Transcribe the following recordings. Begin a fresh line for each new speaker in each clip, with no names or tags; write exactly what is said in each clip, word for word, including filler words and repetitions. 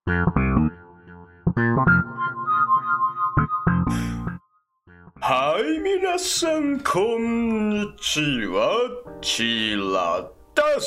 はい、皆さん、こんにちは。チラです。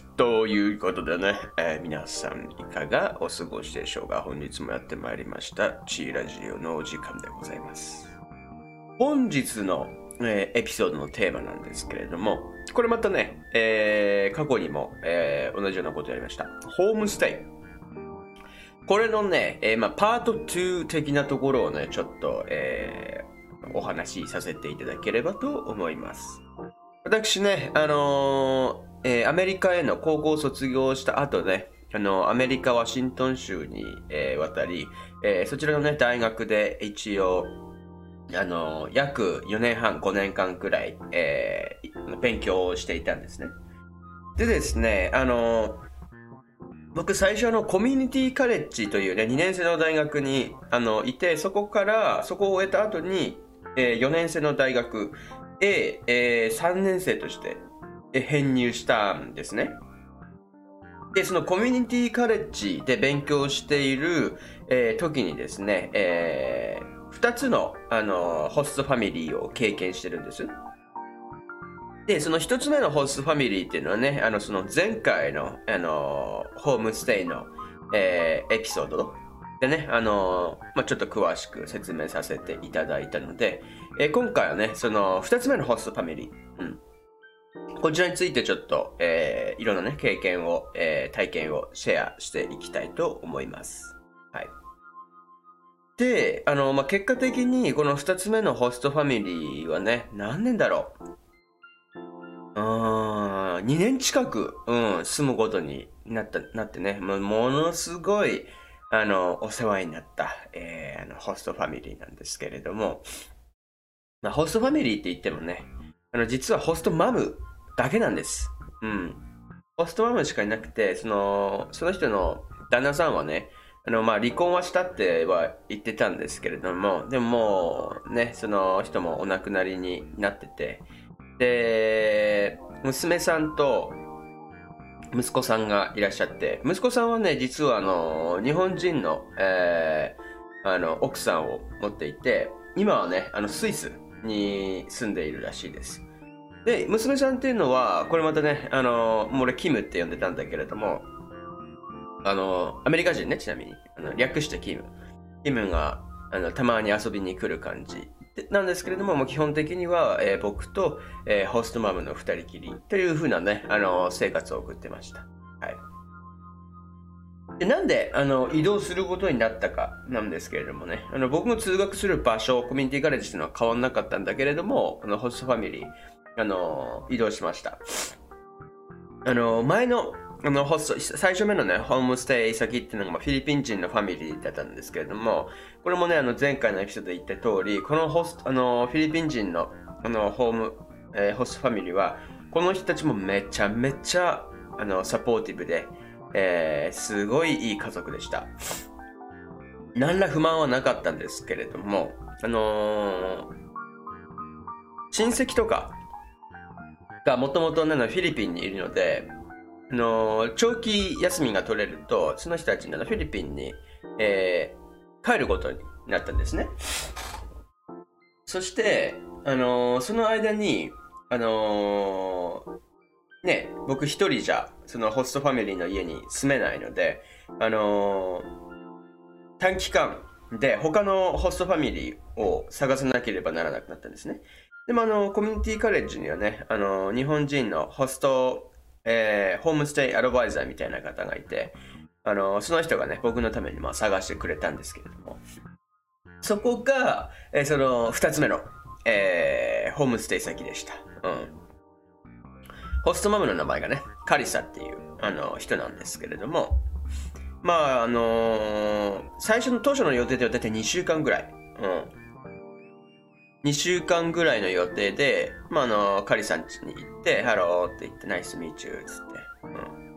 ということでね、えー皆さん、いかがお過ごしでしょうか。本日もやってまいりました、チラジオのお時間でございます。本日の、えーエピソードのテーマなんですけれども、これまたね、えー過去にも、えー同じようなことやりました。ホームステイ。これのね、えーまあ、パートに的なところをね、ちょっと、えーお話しさせていただければと思います。私ね、あのーえーアメリカへの高校を卒業した後ね、あのアメリカ・ワシントン州に、えー渡り、えーそちらのね、大学で一応、あのー約よねんはん、ごねんかんくらい、えー勉強をしていたんですね。でですね、あのー僕最初のコミュニティカレッジというね、にねん生の大学にあのいて、そこから、そこを終えた後に、えーよねん生の大学へ、えーさんねん生としてえー編入したんですね。で、そのコミュニティカレッジで勉強している、えー時にですね、えふたつの、あのホストファミリーを経験してるんです。で、その一つ目のホストファミリーっていうのはね、あの、その前回の、あの、ホームステイの、えーエピソードでね、あの、まあ、ちょっと詳しく説明させていただいたので、えー今回はね、その二つ目のホストファミリー、うん。こちらについてちょっと、えーいろんなね、経験を、えー体験をシェアしていきたいと思います。はい。で、あの、まあ、結果的にこの二つ目のホストファミリーはね、何年だろううーん、にねん近く、うん、住むことになった、なってね、もうものすごい、あの、お世話になった、えーあの、ホストファミリーなんですけれども、まあ、ホストファミリーって言ってもね、あの、実はホストマムだけなんです。うん。ホストマムしかいなくて、その、その人の旦那さんはね、あの、まあ、離婚はしたっては言ってたんですけれども、でももう、ね、その人もお亡くなりになってて、で、娘さんと息子さんがいらっしゃって、息子さんはね、実はあの、日本人の、えーあの、奥さんを持っていて、今はね、あの、スイスに住んでいるらしいです。で、娘さんっていうのは、これまたね、あの、もう俺キムって呼んでたんだけれども、あの、アメリカ人ね、ちなみに。あの略してキム。キムが、あの、たまに遊びに来る感じ。でなんですけれども、もう基本的には、えー僕と、えーホストマムの二人きりという風なね、あの、生活を送ってました。はい。で、なんで、あの、移動することになったかなんですけれどもね、あの、僕の通学する場所、コミュニティカレッジというのは変わんなかったんだけれども、あの、ホストファミリー、あの、移動しました。あの、前の、あの、ホスト、最初目のね、ホームステイ先っていうのが、まあ、フィリピン人のファミリーだったんですけれども、これもね、あの、前回のエピソードで言った通り、このホスト、あの、フィリピン人の、あの、ホーム、えーホストファミリーは、この人たちもめちゃめちゃ、あの、サポーティブで、えーすごいいい家族でした。何ら不満はなかったんですけれども、あのー親戚とかがもともとフィリピンにいるので、あのー長期休みが取れると、その人たちにフィリピンに、えー帰ることになったんですね。そして、あのーその間に、あのーね、僕一人じゃ、そのホストファミリーの家に住めないので、あのー短期間で他のホストファミリーを探さなければならなくなったんですね。でもあの、コミュニティカレッジにはね、あの、日本人のホスト、えーホームステイアドバイザーみたいな方がいて、あの、その人がね、僕のためにまあ探してくれたんですけれども、そこが、えーその二つ目の、えーホームステイ先でした。うん。ホストマムの名前がね、カリサっていう、あの、人なんですけれども、まあ、あのー最初の当初の予定ではだいたいにしゅうかんぐらい。うん。にしゅうかんぐらいの予定で、まあ、あの、カリさん家に行って、ハローって言って、ナイスミーチューっつって。うん。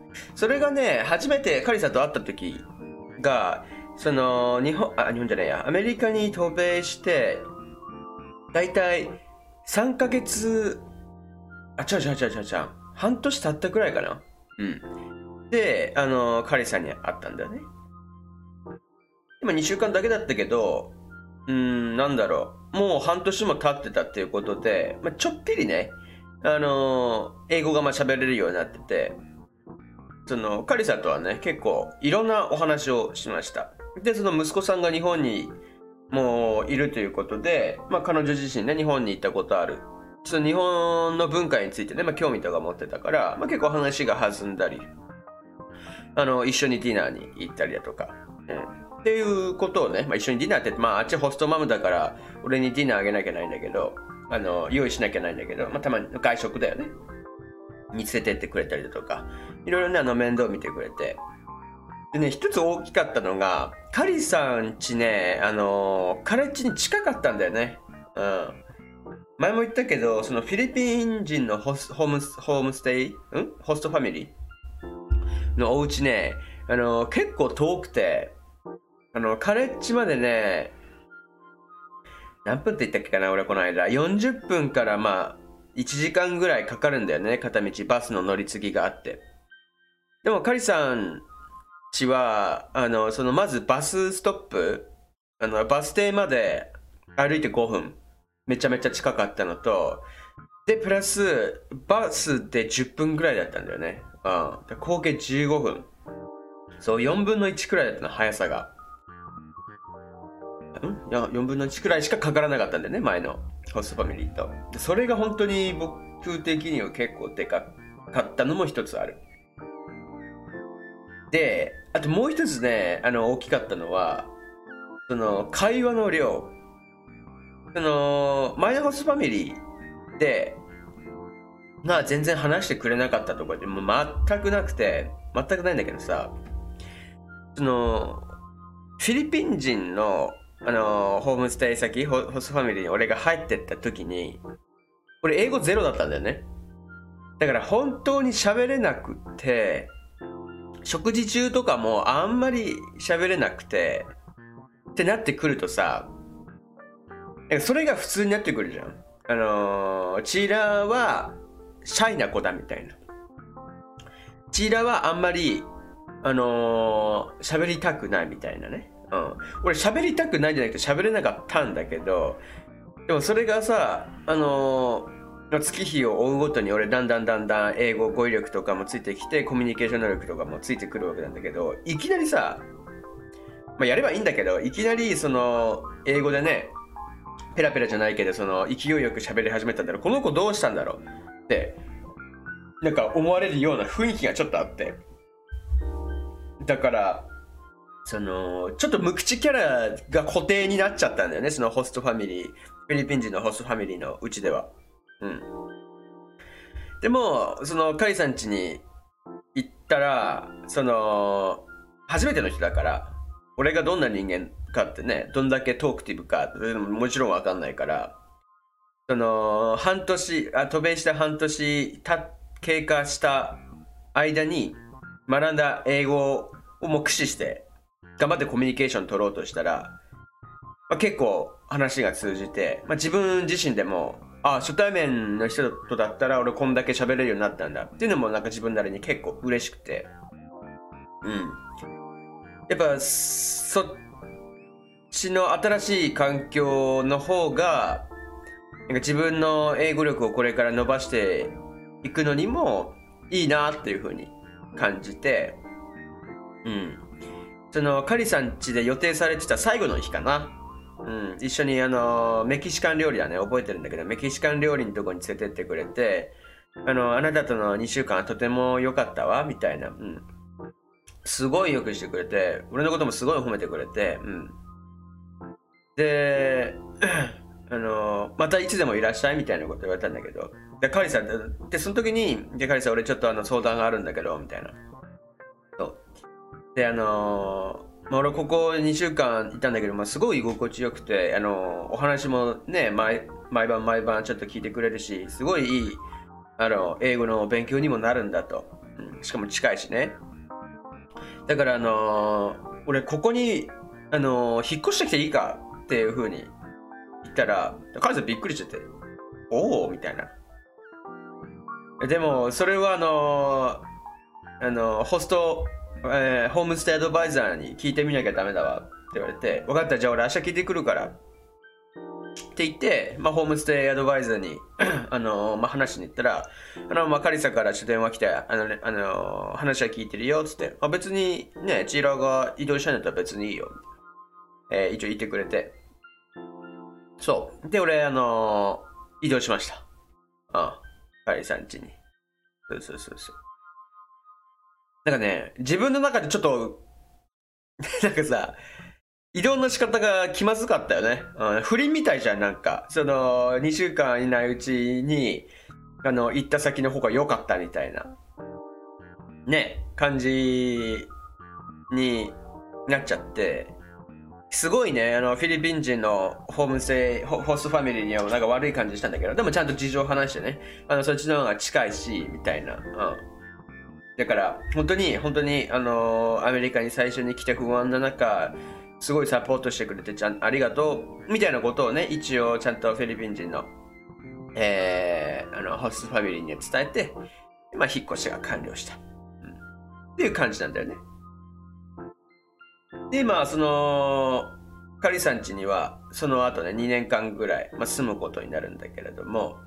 それがね、初めてカリさんと会った時が、その、日本、あ、日本じゃないや、アメリカに渡米して、だいたいさんかげつ、あ、違う違う違う違う違う、半年経ったくらいかな。うん。で、あの、カリさんに会ったんだよね。 まあ、にしゅうかんだけだったけど、うーん、なんだろう。もう半年も経ってたっていうことで、まあ、ちょっぴりね、あのー英語がまあ喋れるようになってて、その、カリサとはね、結構いろんなお話をしました。で、その息子さんが日本にもういるということで、まあ彼女自身ね、日本に行ったことある。その日本の文化についてね、まあ興味とか持ってたから、まあ結構話が弾んだり、あの、一緒にディナーに行ったりだとか、うん。っていうことをね、まあ一緒にディナーって、まああっちホストマムだから、俺にディナーあげなきゃないんだけど、あの、用意しなきゃないんだけど、まあたまに外食だよね。に連れてってくれたりだとか、いろいろね、あの、面倒見てくれて。でね、一つ大きかったのが、カリさん家ね、あの、彼家に近かったんだよね。うん。前も言ったけど、そのフィリピン人のホスホームホームステイ、んホストファミリーのお家ね、あの、結構遠くて、あの、彼家までね、何分って言ったっけかな、俺この間。よんじゅっぷんからまあ、いちじかんぐらいかかるんだよね、片道バスの乗り継ぎがあって。でもカリさん家は、あの、そのまずバスストップ、あの、バス停まで歩いてごふん。めちゃめちゃ近かったのと、で、プラス、バスでじゅっぷんぐらいだったんだよね。うん。合計じゅうごふん。そう、よんぶんのいちくらいだったの、速さが。んいや、よんぶんのいちくらいしかかからなかったんだよね、前のホストファミリーと。でそれが本当に僕的には結構でかかったのも一つある。で、あともう一つね、あの、大きかったのは、その、会話の量。その、前のホストファミリーで、まあ全然話してくれなかったところでもう全くなくて、全くないんだけどさ、その、フィリピン人の、あの、ホームステイ先、ホホストファミリーに俺が入ってった時に、俺英語ゼロだったんだよね。だから本当に喋れなくて、食事中とかもあんまり喋れなくて、ってなってくるとさ、それが普通になってくるじゃん。あのー、チーラーはシャイな子だみたいな。チーラーはあんまり、あのー、喋りたくないみたいなね。うん。俺喋りたくないんじゃなくて喋れなかったんだけど、でもそれがさ、あのー、月日を追うごとに俺だんだんだんだん英語語彙力とかもついてきて、コミュニケーション能力とかもついてくるわけなんだけど、いきなりさ、まあやればいいんだけど、いきなりその、英語でね、ペラペラじゃないけど、その勢いよく喋り始めたんだろう。この子どうしたんだろうって、なんか思われるような雰囲気がちょっとあって。だから、その、ちょっと無口キャラが固定になっちゃったんだよね。そのホストファミリー、フィリピン人のホストファミリーのうちでは。うん。でも、その、カイさん家に行ったら、その、初めての人だから、俺がどんな人間かってね、どんだけトークティブか、もちろんわかんないから、その、半年、あ渡米した半年た経過した間に学んだ英語をも駆使して、頑張ってコミュニケーション取ろうとしたら、まあ、結構話が通じて、まあ、自分自身でも、あ、初対面の人とだったら俺こんだけ喋れるようになったんだっていうのもなんか自分なりに結構嬉しくて、うん。やっぱ、そっちの新しい環境の方が、なんか自分の英語力をこれから伸ばしていくのにもいいなっていう風に感じて、うん。その、カリさん家で予定されてた最後の日かな。うん。一緒にあの、メキシカン料理だね、覚えてるんだけど、メキシカン料理のとこに連れてってくれて、あの、あなたとのにしゅうかんはとても良かったわ、みたいな。うん。すごいよくしてくれて、俺のこともすごい褒めてくれて、うん。で、あの、またいつでもいらっしゃいみたいなこと言われたんだけど、で、カリさん、で、その時に、で、カリさん、俺ちょっとあの相談があるんだけど、みたいな。そう。で、あのー、まあ、俺ここにしゅうかんいたんだけど、まあ、すごい居心地よくて、あのー、お話もね、毎、毎晩毎晩ちょっと聞いてくれるし、すごいいい、あの、英語の勉強にもなるんだと。うん、しかも近いしね。だからあのー、俺ここに、あのー、引っ越してきていいかっていう風に言ったら、カリさんびっくりしちゃって、おおみたいな。でも、それはあのー、あのー、ホスト、えー、ホームステイアドバイザーに聞いてみなきゃダメだわ言われて、分かった、じゃあ俺明日聞いてくるから。って言って、まあ、ホームステイアドバイザーに、あのー、まあ、話しに行ったら、あの、まあ、カリサから電話来て、あの、ね、あのー、話は聞いてるよ、つって、あ、別にね、チーラーが移動したんだったら別にいいよ。えー、一応言ってくれて。そう。で、俺、あのー、移動しました。ああ、カリさん家に。そうそうそうそう。なんかね、自分の中でちょっと、なんかさ、移動の仕方が気まずかったよね。うん、不倫みたいじゃん、なんか。その、にしゅうかん以内うちに、あの、行った先の方が良かったみたいな、ね、感じになっちゃって、すごいね、あの、フィリピン人のホームステイ、ホホストファミリーにはなんか悪い感じしたんだけど、でもちゃんと事情を話してね、あの、そっちの方が近いし、みたいな。うん。だから、本当に、本当に、あのー、アメリカに最初に来て不安な中、すごいサポートしてくれてちゃんありがとう、みたいなことをね、一応ちゃんとフィリピン人の、えー、あの、ホストファミリーに伝えて、まあ、引っ越しが完了した。うん。っていう感じなんだよね。で、まあ、その、カリさん家には、その後ね、にねんかんぐらい、まあ、住むことになるんだけれども、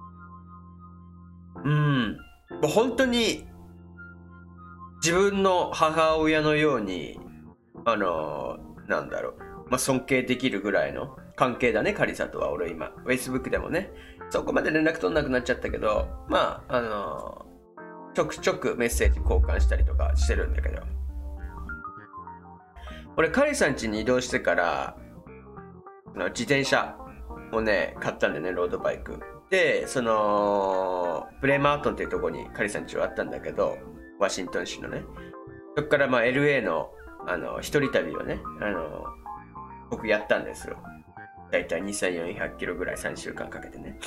うん、もう本当に、自分の母親のように、あのー、なんだろう、まあ、尊敬できるぐらいの関係だね、カリサとは。俺今、Facebook でもね、そこまで連絡取んなくなっちゃったけど、まあ、あのー、ちょくちょくメッセージ交換したりとかしてるんだけど、俺、カリさん家に移動してから、自転車をね、買ったんだよね、ロードバイク。で、その、ブレイマートンっていうところにカリさん家はあったんだけど、ワシントン州のね。そこからまあ エルエー の、あの、一人旅をね、あの、僕やったんですよ。だいたいにせんよんひゃくキロぐらいさんしゅうかんかけてね。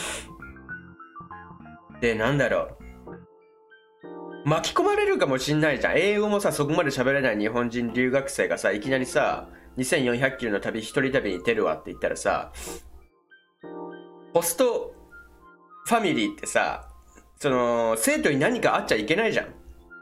で、なんだろう。巻き込まれるかもしんないじゃん。英語もさ、そこまで喋れない日本人留学生がさ、いきなりさ、にせんよんひゃくキロの旅、一人旅に出るわって言ったらさ、ホストファミリーってさ、その、生徒に何かあっちゃいけないじゃん。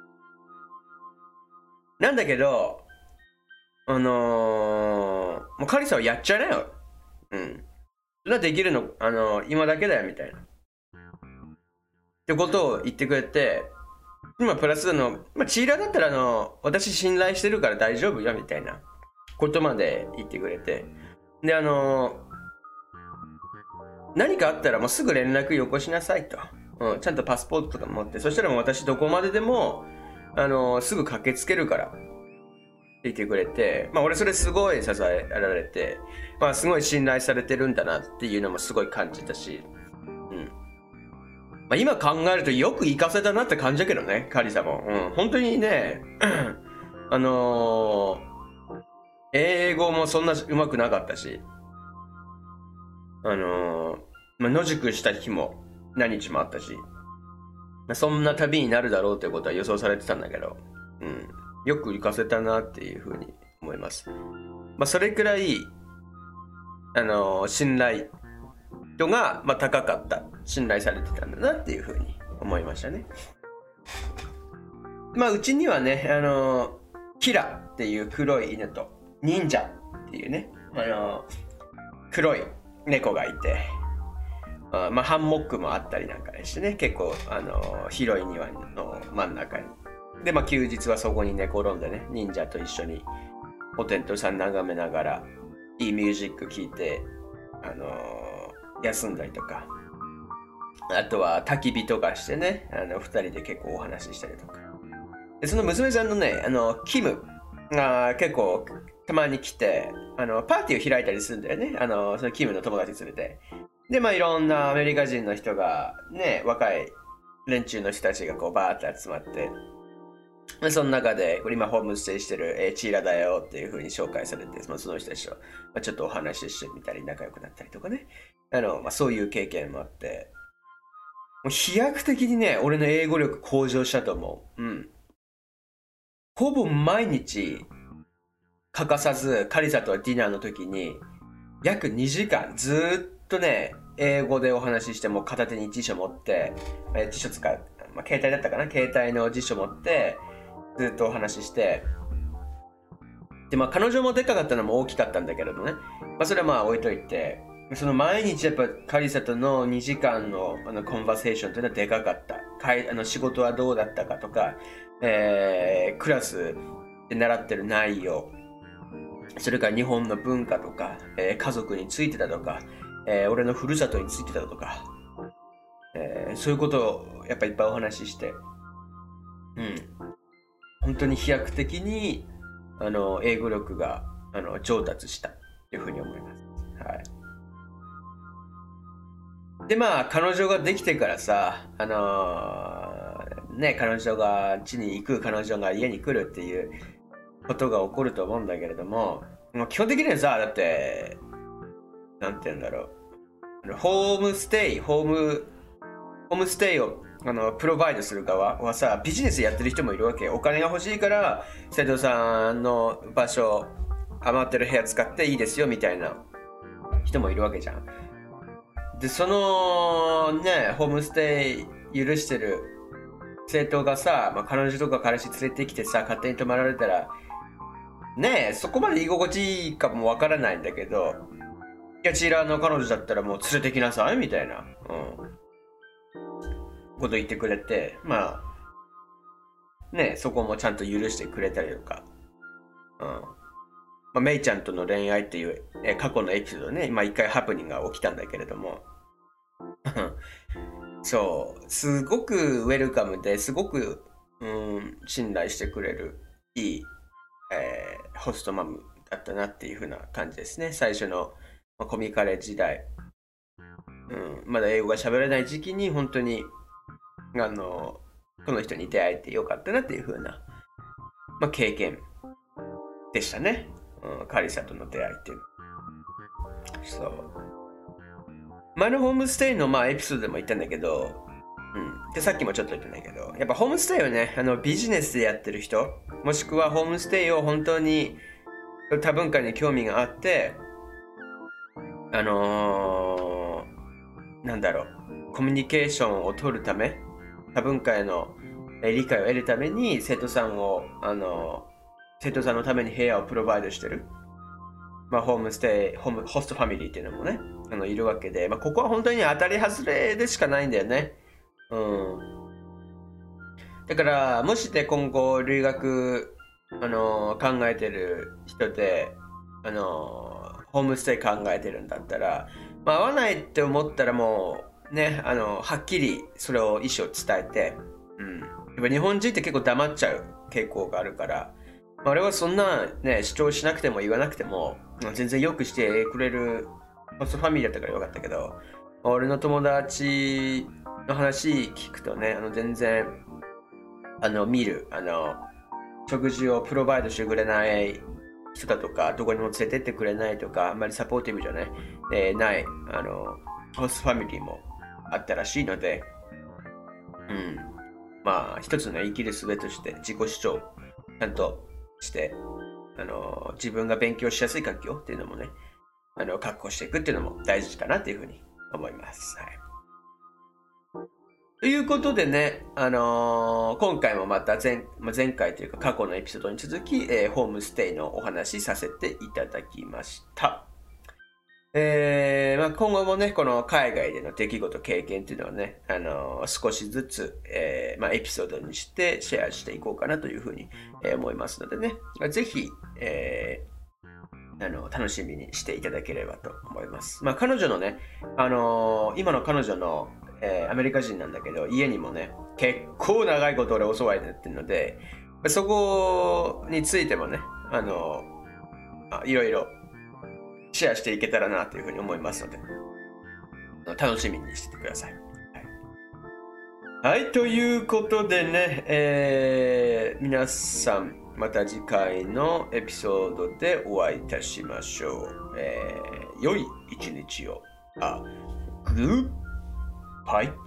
なんだけど、あのー、もうカリさんはやっちゃうなよ。うん。それはできるの、あのー、今だけだよ、みたいな。ってことを言ってくれて、今プラスの、まあ、チーラーだったらあの、私信頼してるから大丈夫よ、みたいなことまで言ってくれて。で、あのー、何かあったらもうすぐ連絡よこしなさいと。うん、ちゃんとパスポートとか持って、そしたらもう私どこまででも、あのー、すぐ駆けつけるから。って言ってくれて、まあ俺それすごい支えられて、まあすごい信頼されてるんだなっていうのもすごい感じたし、うん。まあ今考えるとよく活かせたなって感じだけどね、カリサも。うん、本当にね、あのー、英語もそんな上手くなかったし、あのー、まあ野宿した日も何日もあったし、まあ、そんな旅になるだろうということは予想されてたんだけど、うん。よく活かせたなっていうふうに思います。まあ、それくらい、あのー、信頼度が、まあ、高かった。信頼されてたんだなっていうふうに思いましたね。まあ、うちにはね、あのー、キラっていう黒い犬と、忍者っていうね、あのー、黒い猫がいて、あまあ、ハンモックもあったりなんかしてね、結構、あのー、広い庭の真ん中に。で、まあ、休日はそこに寝転んでね、忍者と一緒にお天道さん眺めながら、いいミュージック聴いて、あのー、休んだりとか、あとは焚き火とかしてね、あの、二人で結構お話ししたりとか。で、その娘さんのね、あの、キムが結構たまに来て、あの、パーティーを開いたりするんだよね。あの、そのキムの友達連れて。で、まあ、いろんなアメリカ人の人が、ね、若い連中の人たちがこう、バーって集まって、その中で、これ今ホームステイしてる、えー、チーラだよっていう風に紹介されて、まあ、その人たちと、まあ、ちょっとお話ししてみたり、仲良くなったりとかね。あの、まあ、そういう経験もあって、もう飛躍的にね、俺の英語力向上したと思う。うん。ほぼ毎日、欠かさず、カリサとディナーの時に、約にじかん、ずーっとね、英語でお話しして、もう片手に辞書持って、えー、辞書使う。まあ、携帯だったかな、携帯の辞書持って、ずっとお話しして、 で、まあ彼女もでかかったのも大きかったんだけどもね。まあそれはまあ置いといて、その毎日やっぱカリサとのにじかんのあのコンバセーションというのはでかかった。かいあの仕事はどうだったかとか、えー、クラスで習ってる内容、それから日本の文化とか、えー、家族についてたとか、えー、俺のふるさとについてたとか、えー、そういうことをやっぱいっぱいお話しして、うん、本当に飛躍的にあの英語力があの上達したというふうに思います。はい。で、まあ、彼女ができてからさ、あのー、ね、彼女が家に行く、彼女が家に来るっていうことが起こると思うんだけれども、もう基本的にはさ、だって、なんて言うんだろう。ホームステイ、ホーム、ホームステイをあのプロバイドする側はさ、ビジネスやってる人もいるわけ。お金が欲しいから、瀬戸さんの場所、余ってる部屋使っていいですよみたいな人もいるわけじゃん。で、そのね、ホームステイ許してる生徒がさ、まあ、彼女とか彼氏連れてきてさ、勝手に泊まられたら、ねえ、そこまで居心地いいかもわからないんだけど、いや、チーラーの彼女だったらもう連れてきなさいみたいな、うん、こと言ってくれて、まあ、ねえ、そこもちゃんと許してくれたりとか、うん。まあ、メイちゃんとの恋愛っていう、え過去のエピソードね、今一回ハプニングが起きたんだけれども、そう、すごくウェルカムですごく、うん、信頼してくれるいい、えー、ホストマムだったなっていう風な感じですね。最初の、まあ、コミカレ時代、うん、まだ英語が喋れない時期に本当にあのこの人に出会えてよかったなっていう風な、まあ、経験でしたね。うん、カリサとの出会いっていう。そう。前のホームステイのまあエピソードでも言ったんだけど、うん。で、さっきもちょっと言ったんだけど、やっぱホームステイをね、あのビジネスでやってる人、もしくはホームステイを本当に多文化に興味があって、あのー、なんだろう、コミュニケーションを取るため、多文化への理解を得るために生徒さんを、あのー、生徒さんのために部屋をプロバイドしてる。まあ、ホームステイ、ホーム、ホストファミリーっていうのもね、あの、いるわけで、まあ、ここは本当に当たり外れでしかないんだよね。うん。だから、もしで今後留学、あのー、考えてる人で、あのー、ホームステイ考えてるんだったら、まあ、合わないって思ったらもう、ね、あの、はっきりそれを意思を伝えて、うん。やっぱ日本人って結構黙っちゃう傾向があるから、まあ、俺はそんなね、主張しなくても言わなくても、全然よくしてくれるホストファミリーだったからよかったけど、俺の友達の話聞くとね、あの全然、あの、見る、あの、食事をプロバイドしてくれない人だとか、どこにも連れてってくれないとか、あんまりサポーティブじゃない、えー、ない、あの、ホストファミリーもあったらしいので、うん。まあ、一つの生きる術として自己主張、ちゃんとして、あの、自分が勉強しやすい環境っていうのもね、あの、確保していくっていうのも大事かなっていうふうに思います。はい。ということでね、あのー、今回もまた 前, 前回というか過去のエピソードに続き、えー、ホームステイのお話しさせていただきました。えーまあ、今後もね、この海外での出来事、経験っていうのはね、あのー、少しずつ、えーまあ、エピソードにしてシェアしていこうかなというふうに、えー、思いますのでね、ぜひ、えー、あの楽しみにしていただければと思います。まあ、彼女のね、あのー、今の彼女のえー、アメリカ人なんだけど、家にもね、結構長いこと俺お世話になってるので、そこについてもね、あのあ、いろいろシェアしていけたらなというふうに思いますので、楽しみにしててください。はい、はい、ということでね、えー、皆さん、また次回のエピソードでお会いいたしましょう。えー、良い一日を。あ、グッバイ。